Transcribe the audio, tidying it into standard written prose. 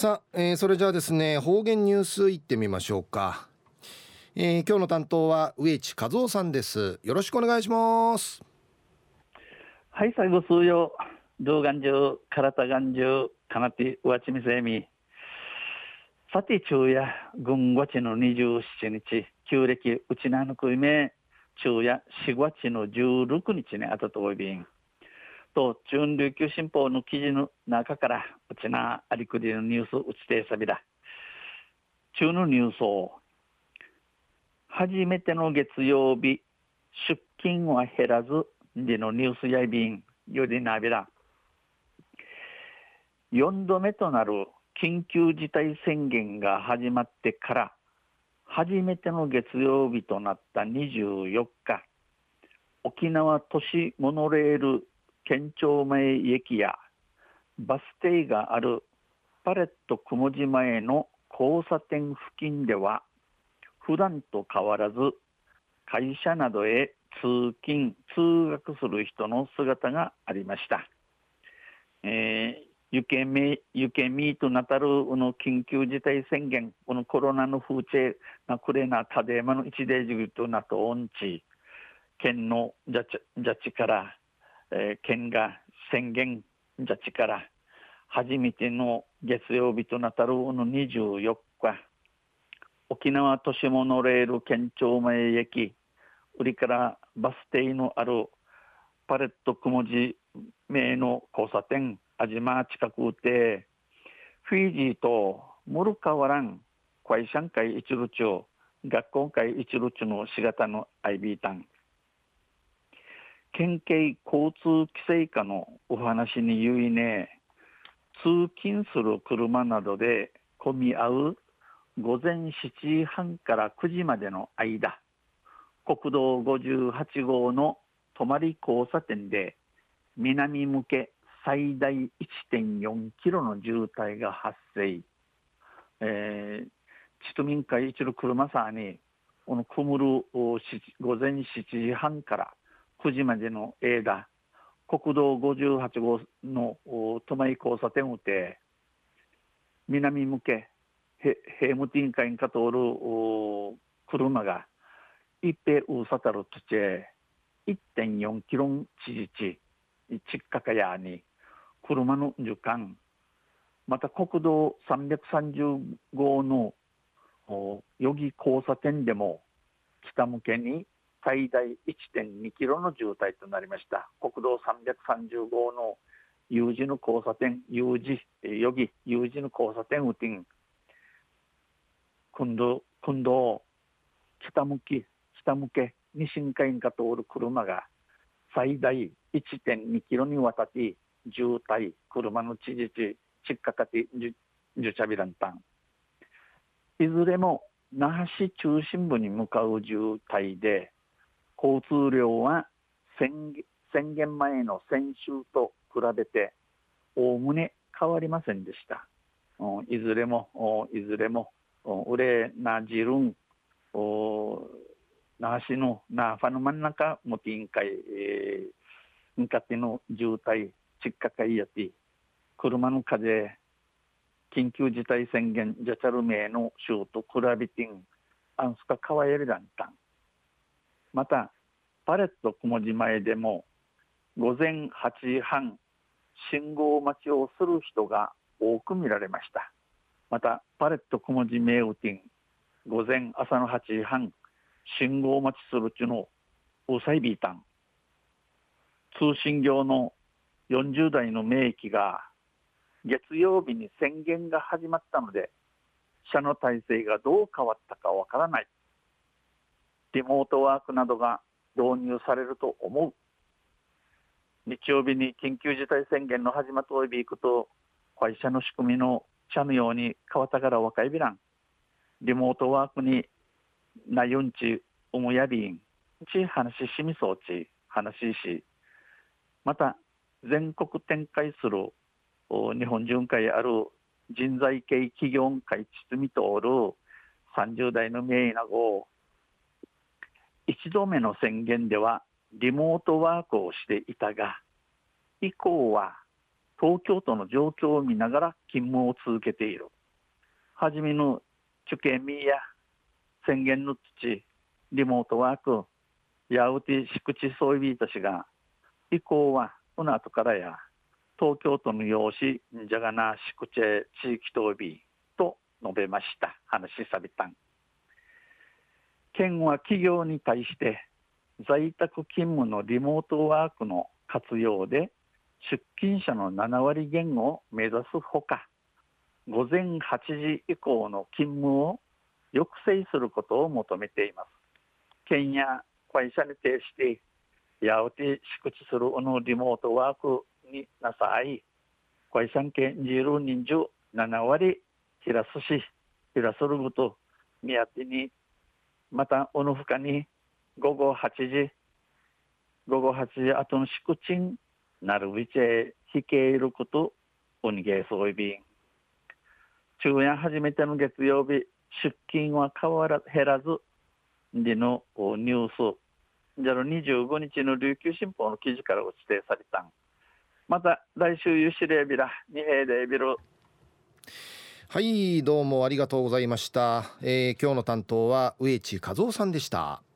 さあ、それじゃあですね、方言ニュースいってみましょうか。今日の担当は植地和夫さんです。よろしくお願いします。 はい、最後数曜、動画中、体眼中、かなってうわちみせみ。さて、昼夜、軍5月の27日、旧暦、うちなのくいめ、昼夜、4月の16日にあたとおいびん。と、中琉球新報の記事の中から、うちなありくりのニュースうちてさびだ。中のニュースを、初めての月曜日、出勤は減らず、でのニュースやいびん、よりなびら。4度目となる緊急事態宣言が始まってから初めての月曜日となった24日、沖縄都市モノレール県庁前駅やバス停があるパレット雲寺前の交差点付近では普段と変わらず会社などへ通勤通学する人の姿がありました。ゆけみとなたるの緊急事態宣言、このコロナの風潮なくれなたでまの一例事となと音痴、県のジャッジから、県が宣言ジャッジから初めての月曜日となたるの24日、沖縄都市モノレール県庁前駅、売りからバス停のあるパレット雲寺名の交差点、あじま近くで、フィジーとモルカワラン、会社会一路町、学校会一路町のしがたの IB タン。県警交通規制課のお話に言いね、通勤する車などで混み合う午前7時半から9時までの間、国道58号の泊交差点で南向け最大1.4キロの渋滞が発生。チトミン会一路車さに、このくむる午前7時半から9時までの間、国道58号の泊交差点をて、南向け、平務委員会にか通る車が、一平ウーサタルとち1.4キロ地域ちっかかやに車の時間、また国道330号の余儀交差点でも北向けに最大1.2キロの渋滞となりました。国道330号の U 字の交差点、余儀 U 字の交差点をてん、今度北向けに新海が通る車が最大1.2キロにわたって渋滞、車のちっかかてじゅちゃびらんたん。いずれも那覇市中心部に向かう渋滞で、交通量は宣言前の先週と比べておおむね変わりませんでした。いずれもうれなじるん、那覇市の那覇の真ん中もてんかい、向かっての渋滞、ちっかかいやて、車の風、緊急事態宣言、ジャチャル名の州と比べてん、アンスカ川やりだんたん。また、パレット雲寺前でも、午前8時半、信号待ちをする人が多く見られました。また、パレット雲寺名ウティン、午前朝の8時半、信号待ちするちのウサイビータン。通信業の40代の名駅が月曜日に宣言が始まったので、社の体制がどう変わったかわからない。リモートワークなどが導入されると思う。日曜日に緊急事態宣言の始まったおいびいくと、会社の仕組みの社のように変わったから若いびらん。リモートワークになゆんちおもやびんち話しみそうち話し、また全国展開する日本巡回ある人材系企業会ちつみとおる30代の名医なご一度目の宣言ではリモートワークをしていたが、以降は東京都の状況を見ながら勤務を続けている。はじめの受験民や宣言の土、リモートワーク、やうて敷地装備としが、以降はこの後からや、東京都の用紙、んじゃがな敷地地域統備と述べました。話しさびたん。県は企業に対して在宅勤務のリモートワークの活用で出勤者の7割減を目指すほか、午前8時以降の勤務を抑制することを求めています。県や会社に対してやうて敷地するのリモートワークになさい、会社県自由人数7割減らすること目当てに、またおのふかに午後8時後の宿賃なるびちへ引け入ることおにげそういびん。昼夜初めての月曜日、出勤は減らずでのニュースじゃろ25日の琉球新報の記事から指定されたん。また来週ゆしれびら二平でビル。 はい、どうもありがとうございました。今日の担当は植地和夫さんでした。